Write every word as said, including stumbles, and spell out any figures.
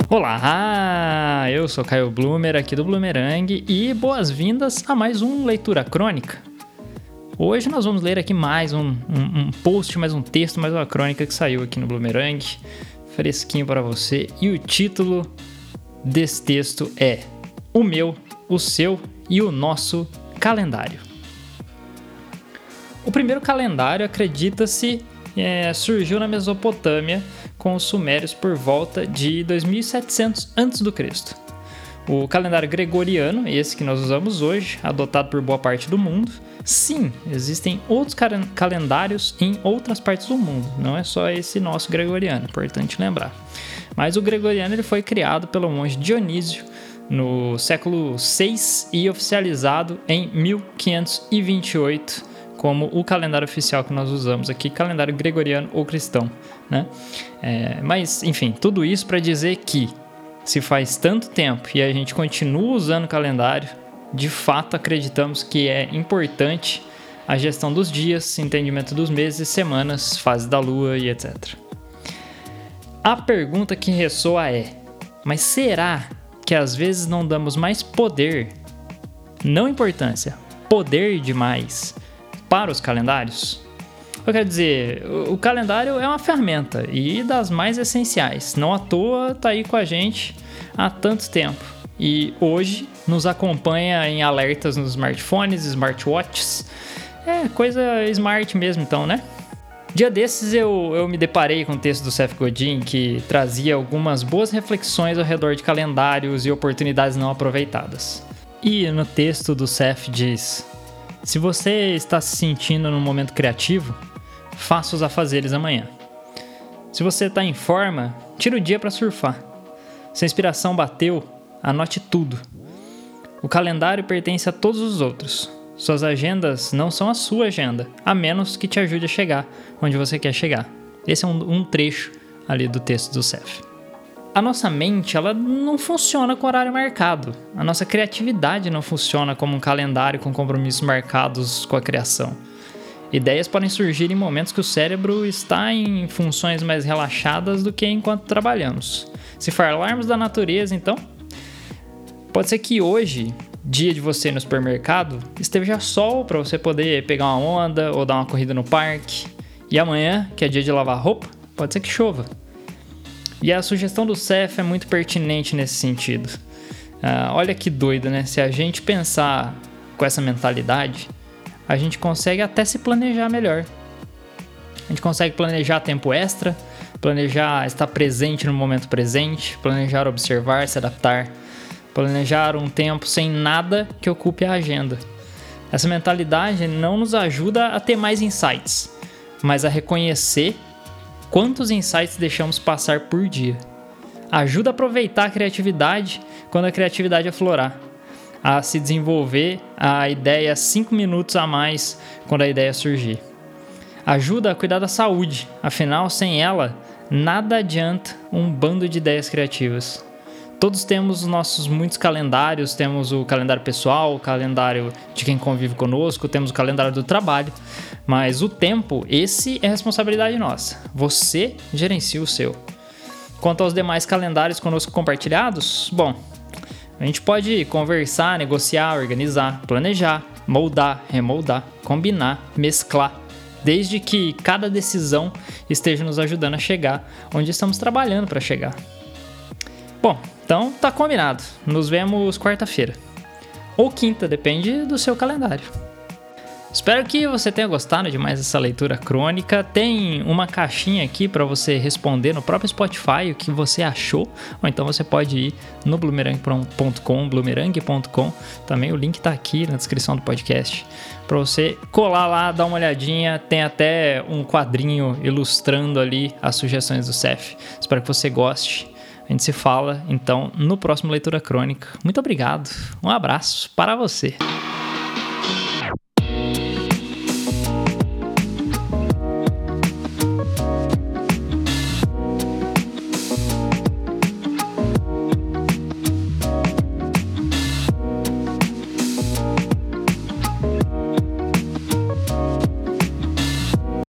Olá, eu sou Caio Blumer aqui do Blumerang e boas-vindas a mais um Leitura Crônica. Hoje nós vamos ler aqui mais um, um, um post, mais um texto, mais uma crônica que saiu aqui no Blumerang, fresquinho para você. E o título desse texto é O Meu, o Seu e o Nosso Calendário. O primeiro calendário, acredita-se, é, surgiu na Mesopotâmia com os sumérios por volta de dois mil e setecentos antes do Cristo. O calendário gregoriano, esse que nós usamos hoje, adotado por boa parte do mundo. Sim, existem outros calendários em outras partes do mundo, não é só esse nosso gregoriano, importante lembrar. Mas o gregoriano ele foi criado pelo monge Dionísio no século seis e oficializado em mil quinhentos e vinte e oito como o calendário oficial que nós usamos aqui, calendário gregoriano ou cristão, né? É, mas, enfim, tudo isso para dizer que se faz tanto tempo e a gente continua usando o calendário, de fato acreditamos que é importante a gestão dos dias, entendimento dos meses, semanas, fase da lua e etcétera. A pergunta que ressoa é: mas será que às vezes não damos mais poder, não importância, poder demais para os calendários? Eu quero dizer, o calendário é uma ferramenta e das mais essenciais. Não à toa está aí com a gente há tanto tempo. E hoje nos acompanha em alertas nos smartphones, smartwatches. É coisa smart mesmo então, né? Dia desses eu, eu me deparei com o texto do Seth Godin que trazia algumas boas reflexões ao redor de calendários e oportunidades não aproveitadas. E no texto do Seth diz: se você está se sentindo num momento criativo, faça os afazeres amanhã. Se você está em forma, tira o dia para surfar. Se a inspiração bateu, anote tudo. O calendário pertence a todos os outros. Suas agendas não são a sua agenda, a menos que te ajude a chegar onde você quer chegar. Esse é um, um trecho ali do texto do Seth. A nossa mente, ela não funciona com horário marcado. A nossa criatividade não funciona como um calendário com compromissos marcados com a criação. Ideias podem surgir em momentos que o cérebro está em funções mais relaxadas do que enquanto trabalhamos. Se falarmos da natureza, então, pode ser que hoje, dia de você ir no supermercado, esteja sol para você poder pegar uma onda ou dar uma corrida no parque. E amanhã, que é dia de lavar roupa, pode ser que chova. E a sugestão do Seth é muito pertinente nesse sentido. Uh, olha que doido, né? Se a gente pensar com essa mentalidade, a gente consegue até se planejar melhor. A gente consegue planejar tempo extra, planejar estar presente no momento presente, planejar observar, se adaptar, planejar um tempo sem nada que ocupe a agenda. Essa mentalidade não nos ajuda a ter mais insights, mas a reconhecer quantos insights deixamos passar por dia. Ajuda a aproveitar a criatividade quando a criatividade aflorar, a se desenvolver a ideia cinco minutos a mais quando a ideia surgir. Ajuda a cuidar da saúde, afinal, sem ela, nada adianta um bando de ideias criativas. Todos temos os nossos muitos calendários, temos o calendário pessoal, o calendário de quem convive conosco, temos o calendário do trabalho, mas o tempo, esse é responsabilidade nossa. Você gerencia o seu. Quanto aos demais calendários conosco compartilhados, bom, a gente pode conversar, negociar, organizar, planejar, moldar, remoldar, combinar, mesclar, desde que cada decisão esteja nos ajudando a chegar onde estamos trabalhando para chegar. Bom, então tá combinado. Nos vemos quarta-feira. Ou quinta, depende do seu calendário. Espero que você tenha gostado de mais essa leitura crônica. Tem uma caixinha aqui para você responder no próprio Spotify o que você achou. Ou então você pode ir no blumerang ponto com, blumerang ponto com. Também o link está aqui na descrição do podcast. Para você colar lá, dar uma olhadinha. Tem até um quadrinho ilustrando ali as sugestões do Seth. Espero que você goste. A gente se fala, então, no próximo Leitura Crônica. Muito obrigado. Um abraço para você.